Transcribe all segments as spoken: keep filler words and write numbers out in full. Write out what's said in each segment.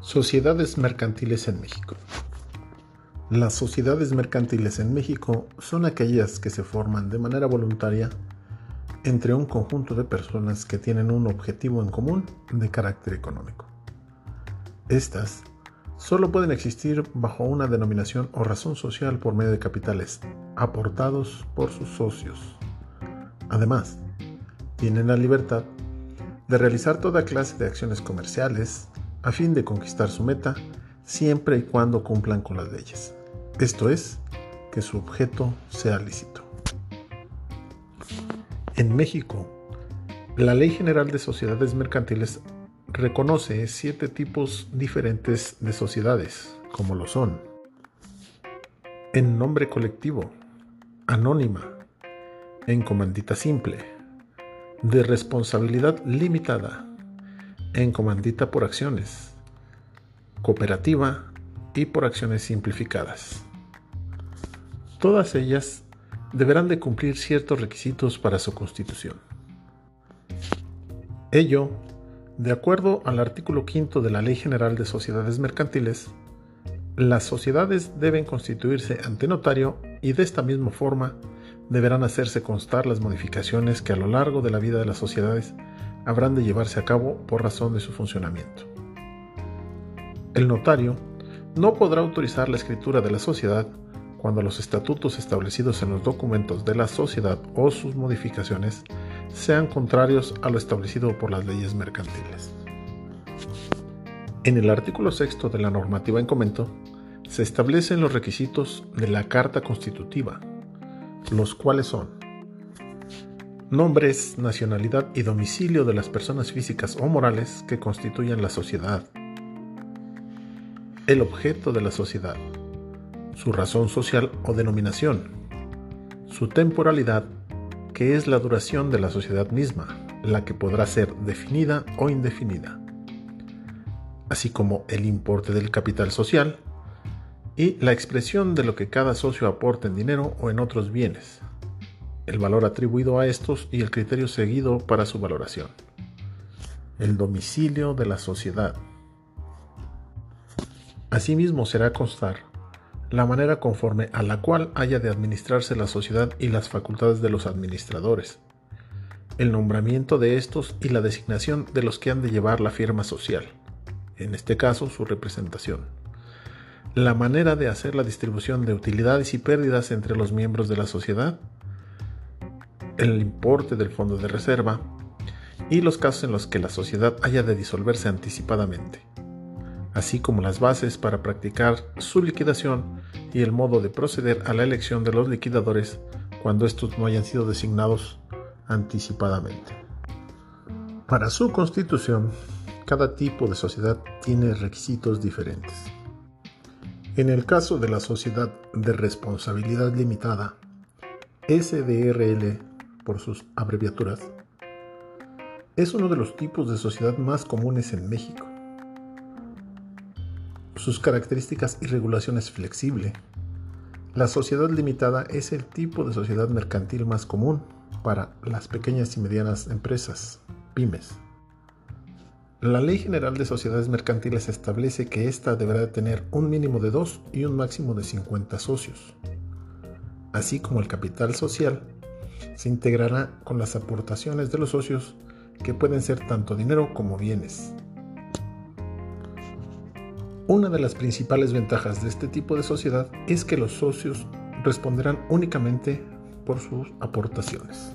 Sociedades mercantiles en México. Las sociedades mercantiles en México son aquellas que se forman de manera voluntaria entre un conjunto de personas que tienen un objetivo en común de carácter económico. Estas solo pueden existir bajo una denominación o razón social por medio de capitales aportados por sus socios. Además, tienen la libertad de realizar toda clase de acciones comerciales a fin de conquistar su meta, siempre y cuando cumplan con las leyes. Esto es, que su objeto sea lícito. En México, la Ley General de Sociedades Mercantiles reconoce siete tipos diferentes de sociedades, como lo son: en nombre colectivo, anónima, en comandita simple, de responsabilidad limitada, en comandita por acciones, cooperativa y por acciones simplificadas. Todas ellas deberán de cumplir ciertos requisitos para su constitución. Ello, de acuerdo al artículo quinto de la Ley General de Sociedades Mercantiles, las sociedades deben constituirse ante notario y de esta misma forma deberán hacerse constar las modificaciones que a lo largo de la vida de las sociedades habrán de llevarse a cabo por razón de su funcionamiento. El notario no podrá autorizar la escritura de la sociedad cuando los estatutos establecidos en los documentos de la sociedad o sus modificaciones sean contrarios a lo establecido por las leyes mercantiles. En el artículo sexto de la normativa en comento se establecen los requisitos de la Carta Constitutiva, los cuales son: nombres, nacionalidad y domicilio de las personas físicas o morales que constituyan la sociedad, el objeto de la sociedad, su razón social o denominación, su temporalidad, que es la duración de la sociedad misma, la que podrá ser definida o indefinida, así como el importe del capital social y la expresión de lo que cada socio aporta en dinero o en otros bienes, el valor atribuido a estos y el criterio seguido para su valoración, el domicilio de la sociedad. Asimismo, será constar la manera conforme a la cual haya de administrarse la sociedad y las facultades de los administradores, el nombramiento de estos y la designación de los que han de llevar la firma social, en este caso su representación, la manera de hacer la distribución de utilidades y pérdidas entre los miembros de la sociedad, el importe del fondo de reserva y los casos en los que la sociedad haya de disolverse anticipadamente, así como las bases para practicar su liquidación y el modo de proceder a la elección de los liquidadores cuando estos no hayan sido designados anticipadamente. Para su constitución, cada tipo de sociedad tiene requisitos diferentes. En el caso de la sociedad de responsabilidad limitada, S D R L por sus abreviaturas, es uno de los tipos de sociedad más comunes en México. Sus características y regulación es flexible. La sociedad limitada es el tipo de sociedad mercantil más común para las pequeñas y medianas empresas, pymes. La Ley General de Sociedades Mercantiles establece que ésta deberá de tener un mínimo de dos y un máximo de cincuenta socios, así como el capital social se integrará con las aportaciones de los socios, que pueden ser tanto dinero como bienes. Una de las principales ventajas de este tipo de sociedad es que los socios responderán únicamente por sus aportaciones.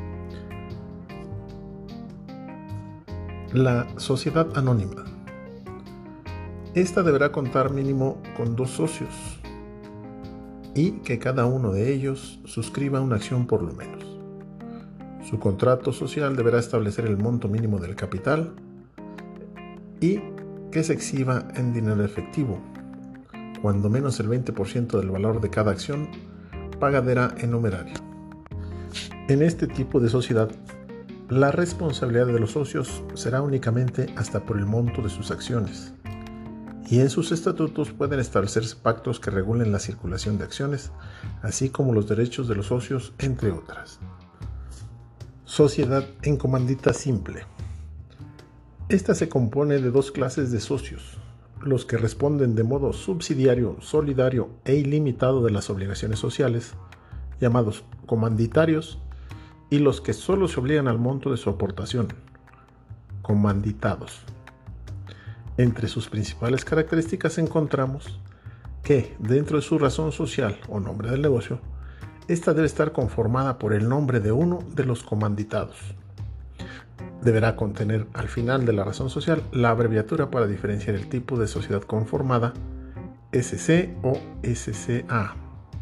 La sociedad anónima. Esta deberá contar mínimo con dos socios y que cada uno de ellos suscriba una acción por lo menos. Su contrato social deberá establecer el monto mínimo del capital y que se exhiba en dinero efectivo, cuando menos el veinte por ciento del valor de cada acción pagadera en numerario. En este tipo de sociedad, la responsabilidad de los socios será únicamente hasta por el monto de sus acciones, y en sus estatutos pueden establecerse pactos que regulen la circulación de acciones, así como los derechos de los socios, entre otras. Sociedad en comandita simple. Esta se compone de dos clases de socios, los que responden de modo subsidiario, solidario e ilimitado de las obligaciones sociales, llamados comanditarios, y los que solo se obligan al monto de su aportación, comanditados. Entre sus principales características encontramos que, dentro de su razón social o nombre del negocio, esta debe estar conformada por el nombre de uno de los comanditados. Deberá contener al final de la razón social la abreviatura para diferenciar el tipo de sociedad conformada, S C o S C A.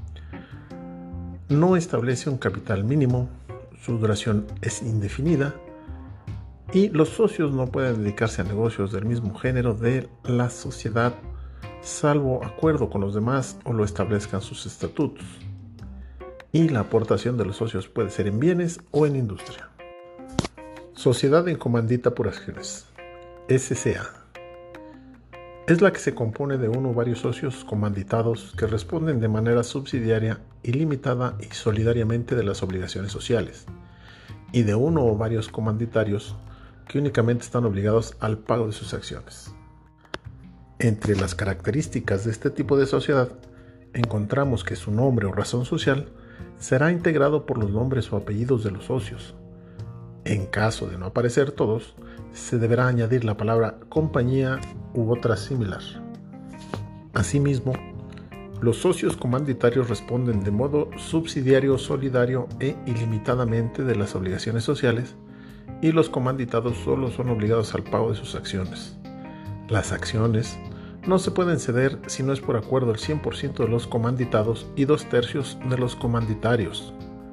No establece un capital mínimo, su duración es indefinida y los socios no pueden dedicarse a negocios del mismo género de la sociedad, salvo acuerdo con los demás o lo establezcan sus estatutos. Y la aportación de los socios puede ser en bienes o en industria. Sociedad en comandita por acciones, S C A. Es la que se compone de uno o varios socios comanditados que responden de manera subsidiaria, ilimitada y solidariamente de las obligaciones sociales, y de uno o varios comanditarios que únicamente están obligados al pago de sus acciones. Entre las características de este tipo de sociedad, encontramos que su nombre o razón social será integrado por los nombres o apellidos de los socios. En caso de no aparecer todos, se deberá añadir la palabra compañía u otra similar. Asimismo, los socios comanditarios responden de modo subsidiario, solidario e ilimitadamente de las obligaciones sociales, y los comanditados solo son obligados al pago de sus acciones. Las acciones no se pueden ceder si no es por acuerdo del cien por ciento de los comanditados y dos tercios de los comanditarios.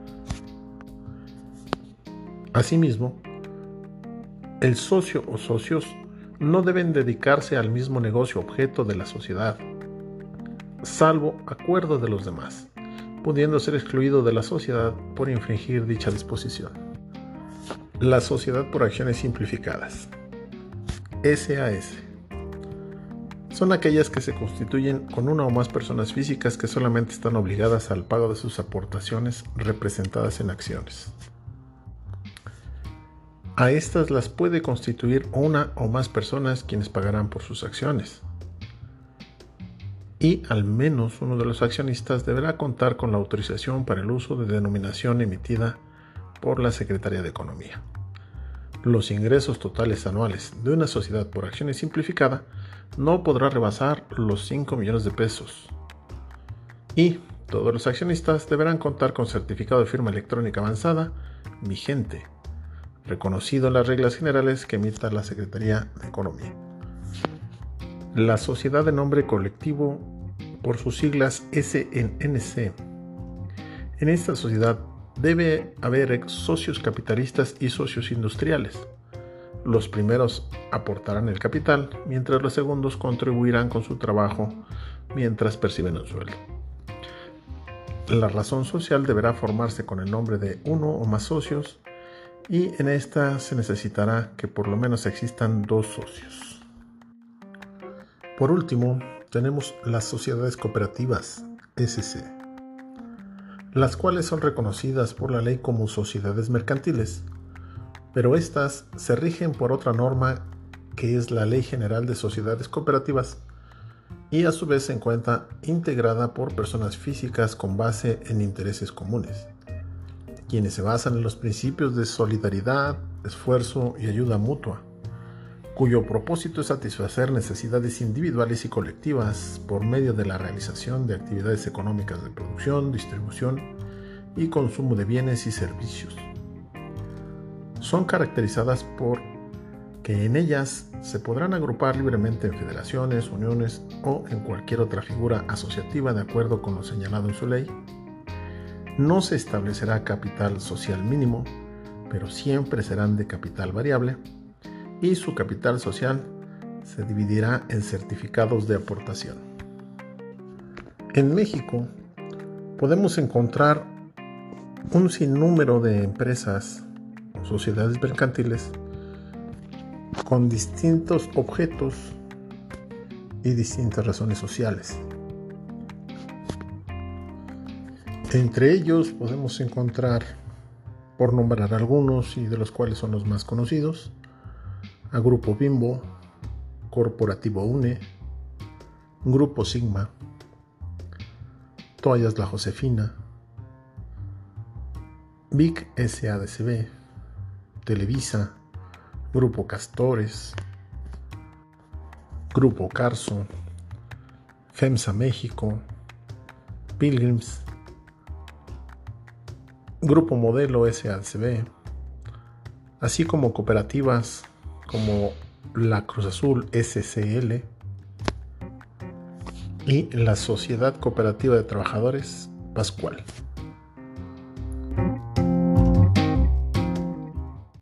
Asimismo, el socio o socios no deben dedicarse al mismo negocio objeto de la sociedad, salvo acuerdo de los demás, pudiendo ser excluido de la sociedad por infringir dicha disposición. La sociedad por acciones simplificadas, S A S, son aquellas que se constituyen con una o más personas físicas que solamente están obligadas al pago de sus aportaciones representadas en acciones. A estas las puede constituir una o más personas quienes pagarán por sus acciones. Y al menos uno de los accionistas deberá contar con la autorización para el uso de denominación emitida por la Secretaría de Economía. Los ingresos totales anuales de una sociedad por acciones simplificada no podrá rebasar los cinco millones de pesos. Y todos los accionistas deberán contar con certificado de firma electrónica avanzada vigente, reconocido en las reglas generales que emita la Secretaría de Economía. La sociedad de nombre colectivo, por sus siglas S N C. En esta sociedad debe haber socios capitalistas y socios industriales. Los primeros aportarán el capital, mientras los segundos contribuirán con su trabajo mientras perciben un sueldo. La razón social deberá formarse con el nombre de uno o más socios, y en esta se necesitará que por lo menos existan dos socios. Por último, tenemos las sociedades cooperativas, S C, las cuales son reconocidas por la ley como sociedades mercantiles, pero estas se rigen por otra norma que es la Ley General de Sociedades Cooperativas, y a su vez se encuentra integrada por personas físicas con base en intereses comunes, quienes se basan en los principios de solidaridad, esfuerzo y ayuda mutua, cuyo propósito es satisfacer necesidades individuales y colectivas por medio de la realización de actividades económicas de producción, distribución y consumo de bienes y servicios. Son caracterizadas por que en ellas se podrán agrupar libremente en federaciones, uniones o en cualquier otra figura asociativa de acuerdo con lo señalado en su ley. No se establecerá capital social mínimo, pero siempre serán de capital variable, y su capital social se dividirá en certificados de aportación. En México podemos encontrar un sinnúmero de empresas o sociedades mercantiles con distintos objetos y distintas razones sociales. Entre ellos podemos encontrar, por nombrar algunos y de los cuales son los más conocidos, a Grupo Bimbo, Corporativo UNE, Grupo Sigma, Toallas La Josefina, Vic S A D C B, Televisa, Grupo Castores, Grupo Carso, FEMSA México, Pilgrims, Grupo Modelo S A D C B, así como cooperativas como la Cruz Azul S C L y la Sociedad Cooperativa de Trabajadores Pascual.